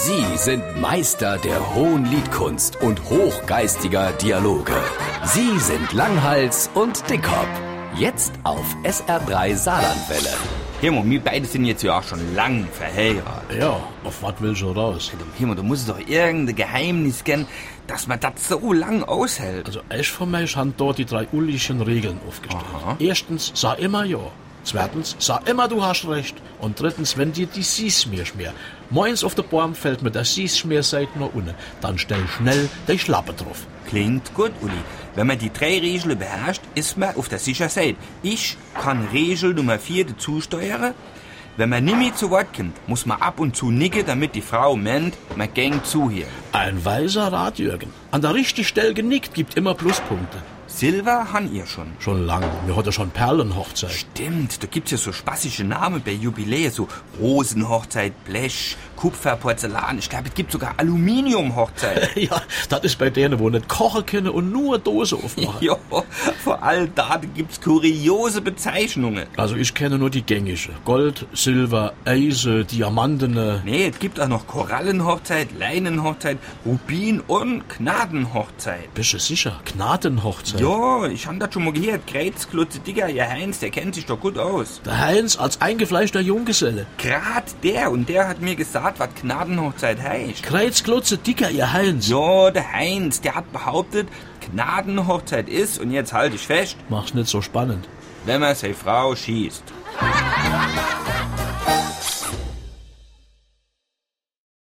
Sie sind Meister der hohen Liedkunst und hochgeistiger Dialoge. Sie sind Langhals und Dickhop. Jetzt auf SR3 Saarlandwelle. Himo, wir beide sind jetzt ja auch schon lang verheiratet. Ja, auf was willst du raus? Himo, du musst doch irgendein Geheimnis kennen, dass man das so lang aushält. Also ich von mich habe dort die 3 ullischen Regeln aufgestellt. Aha. Erstens, sag immer ja. Zweitens, sag immer, du hast recht. Und drittens, wenn dir die Siesschmier schmier. Moins auf der Baum fällt mit der Siesschmierseite noch unten. Dann stell schnell die Schlappe drauf. Klingt gut, Uli. Wenn man die 3 Regeln beherrscht, ist man auf der sicheren Seite. Ich kann Regel Nummer 4 dazu steuern. Wenn man nicht mehr zu Wort kommt, muss man ab und zu nicken, damit die Frau meint, man gängt zu hier. Ein weiser Rat, Jürgen. An der richtigen Stelle genickt gibt immer Pluspunkte. Silber han ihr schon. Schon lang. Wir hatten schon Perlenhochzeit. Stimmt, da gibt's ja so spaßige Namen bei Jubiläen, so Rosenhochzeit, Blech, Kupfer, Porzellan. Ich glaube, es gibt sogar Aluminiumhochzeit. Ja, das ist bei denen, wo nicht kochen können und nur Dose aufmachen. Ja, vor allem da gibt's kuriose Bezeichnungen. Also ich kenne nur die gängige. Gold, Silber, Eise, Diamantene. Nee, es gibt auch noch Korallenhochzeit, Leinenhochzeit, Rubin- und Gnadenhochzeit. Bist du sicher? Gnadenhochzeit? Ja, ich hab das schon mal gehört. Kreuzklutze Digger, ihr Heinz, der kennt sich doch gut aus. Der Heinz als eingefleischter Junggeselle. Grad der, und der hat mir gesagt, was Gnadenhochzeit heißt. Kreuzklotze dicker, ihr Heinz. Ja, der Heinz, der hat behauptet, Gnadenhochzeit ist, und jetzt halte ich fest, Mach's nicht so spannend. wenn man seine Frau schießt.